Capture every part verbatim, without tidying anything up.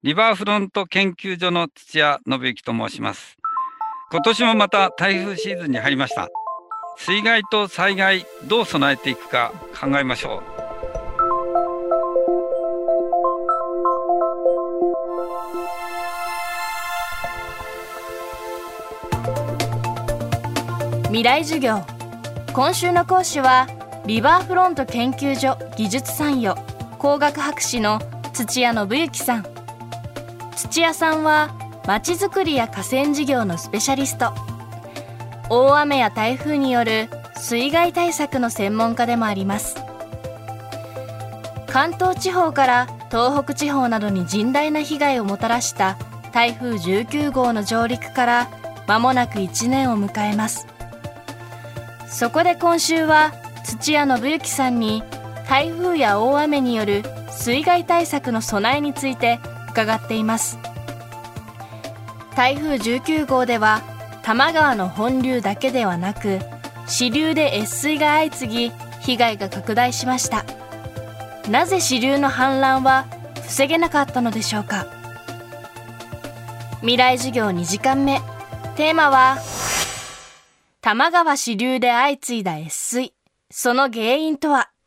リバーフロント研究所の土屋信之と申します。今年もまた台風シーズンに入りました。水害と災害どう備えていくか考えましょう。未来授業。今週の講師はリバーフロント研究所技術参与工学博士の土屋信之さん。土屋さんはまちづくりや河川事業のスペシャリスト、大雨や台風による水害対策の専門家でもあります。関東地方から東北地方などに甚大な被害をもたらした台風じゅうきゅうごうの上陸から間もなくいちねんを迎えます。そこで今週は土屋信之さんに台風や大雨による水害対策の備えについて伺っています。台風じゅうきゅうごうでは多摩川の本流だけではなく支流で越水が相次ぎ被害が拡大しました。なぜ支流の氾濫は防げなかったのでしょうか。未来授業にじかんめ、テーマは多摩川支流で相次いだ越水、その原因とは。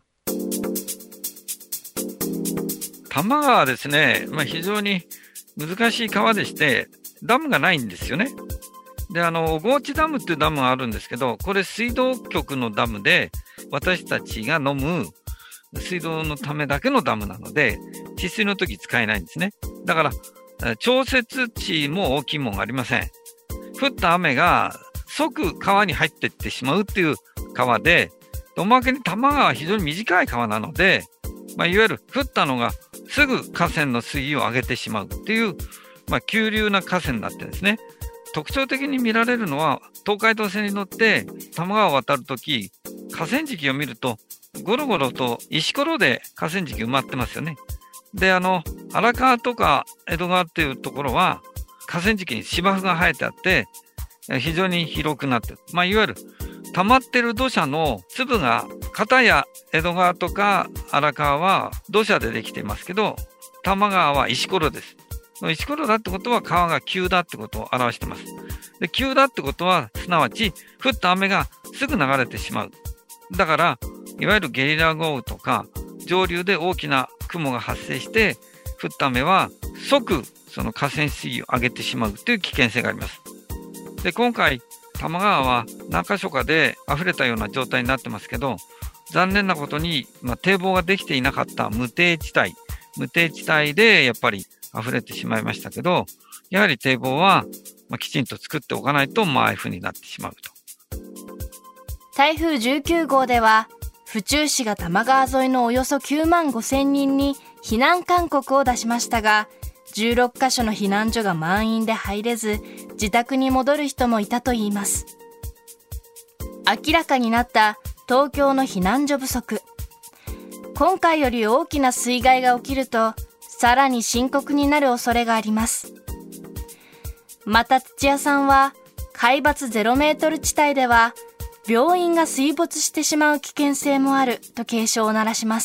多摩川はですね、まあ、非常に難しい川でしてダムがないんですよね。で、あの小河内ダムっていうダムがあるんですけど、これ水道局のダムで私たちが飲む水道のためだけのダムなので治水の時使えないんですね。だから調節池も大きいものがありません。降った雨が即川に入っていってしまうっていう川で、おまけに多摩川は非常に短い川なので、まあ、いわゆる降ったのがすぐ河川の水位を上げてしまうっていう、まあ、急流な河川になってるんですね。特徴的に見られるのは東海道線に乗って多摩川を渡るとき、河川敷を見るとゴロゴロと石ころで河川敷埋まってますよね。で、あの荒川とか江戸川っていうところは河川敷に芝生が生えてあって非常に広くなってる、まあ、いわゆる溜まってる土砂の粒が片や江戸川とか荒川は土砂でできていますけど、多摩川は石ころです。石ころだってことは川が急だってことを表しています。で、急だってことはすなわち降った雨がすぐ流れてしまう。だからいわゆるゲリラ豪雨とか上流で大きな雲が発生して降った雨は即その河川水位を上げてしまうという危険性があります。で、今回多摩川は何箇所かで溢れたような状態になってますけど、残念なことに、まあ、堤防ができていなかった無堤地帯無堤地帯でやっぱり溢れてしまいましたけど、やはり堤防は、まあ、きちんと作っておかないと、まあ、ああいうふうになってしまうと。 台風じゅうきゅうごうでは府中市が多摩川沿いのおよそきゅうまんごせんにんに避難勧告を出しましたが、じゅうろっかしょの避難所が満員で入れず自宅に戻る人もいたといいます。明らかになった東京の避難所不足。今回より大きな水害が起きるとさらに深刻になる恐れがあります。また土屋さんは海抜ゼロメートル地帯では病院が水没してしまう危険性もあると警鐘を鳴らします。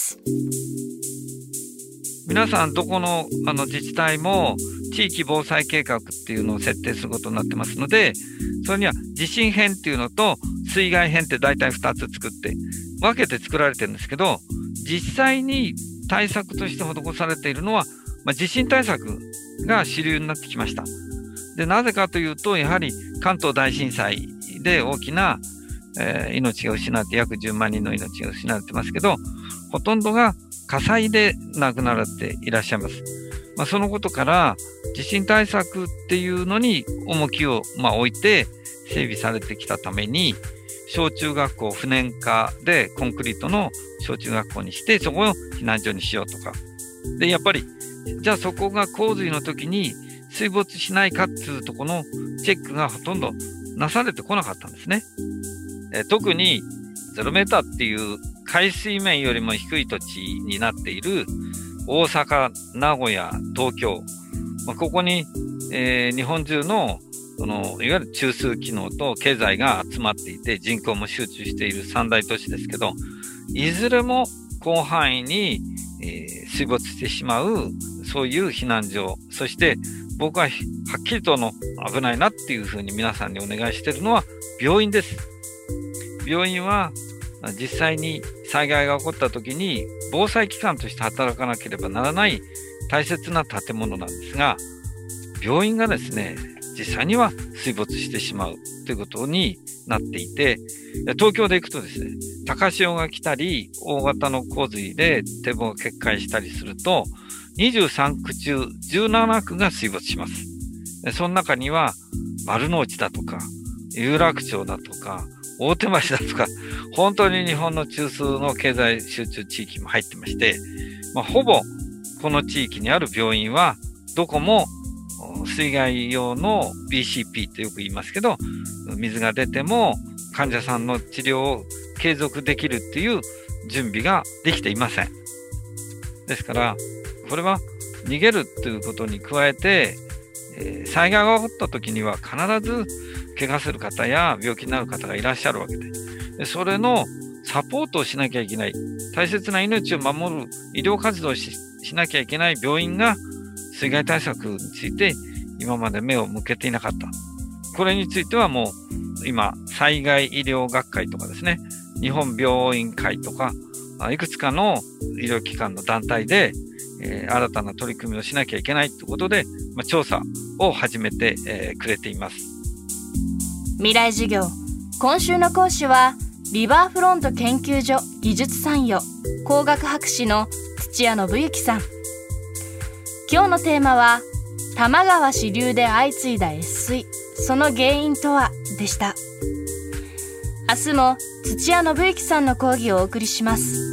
皆さんどこの、あの自治体も地域防災計画っていうのを設定することになってますので、それには地震編っていうのと水害編って大体ふたつ作って分けて作られてるんですけど、実際に対策として施されているのは、まあ、地震対策が主流になってきました。で、なぜかというと、やはり関東大震災で大きな、えー、命が失われて約じゅうまんにんの命が失われてますけど、ほとんどが火災で亡くなられていらっしゃいます。まあ、そのことから地震対策っていうのに重きを、まあ、置いて整備されてきたために、小中学校不燃化でコンクリートの小中学校にして、そこを避難所にしようとかで、やっぱりじゃあそこが洪水の時に水没しないかっていうところのチェックがほとんどなされてこなかったんですね。え特にゼロメーターっていう海水面よりも低い土地になっている大阪、名古屋、東京、まあ、ここに、えー、日本中のそのいわゆる中枢機能と経済が集まっていて人口も集中している三大都市ですけど、いずれも広範囲に、えー、水没してしまうそういう避難所、そして僕ははっきりとの危ないなっていうふうに皆さんにお願いしているのは病院です。病院は実際に災害が起こった時に防災機関として働かなければならない大切な建物なんですが、病院がですね、実際には水没してしまうということになっていて、東京で行くとですね、高潮が来たり、大型の洪水で堤防が決壊したりすると、にじゅうさんく中じゅうななくが水没します。その中には丸の内だとか、有楽町だとか、大手町だとか、本当に日本の中枢の経済集中地域も入ってまして、まあ、ほぼこの地域にある病院はどこも水害用の ビーシーピー ってよく言いますけど、水が出ても患者さんの治療を継続できるっていう準備ができていません。ですから、これは逃げるということに加えて、えー、災害が起こった時には必ず怪我する方や病気になる方がいらっしゃるわけで、でそれのサポートをしなきゃいけない、大切な命を守る医療活動を し, しなきゃいけない病院が水害対策について今まで目を向けていなかった。これについてはもう今、災害医療学会とかですね、日本病院会とか、いくつかの医療機関の団体で、えー、新たな取り組みをしなきゃいけないということで、まあ、調査を始めて、えー、くれています。 未来授業、今週の講師はリバーフロント研究所技術参与工学博士の土屋信之さん。今日のテーマは多摩川支流で相次いだ越水、その原因とはでした。明日も土屋信之さんの講義をお送りします。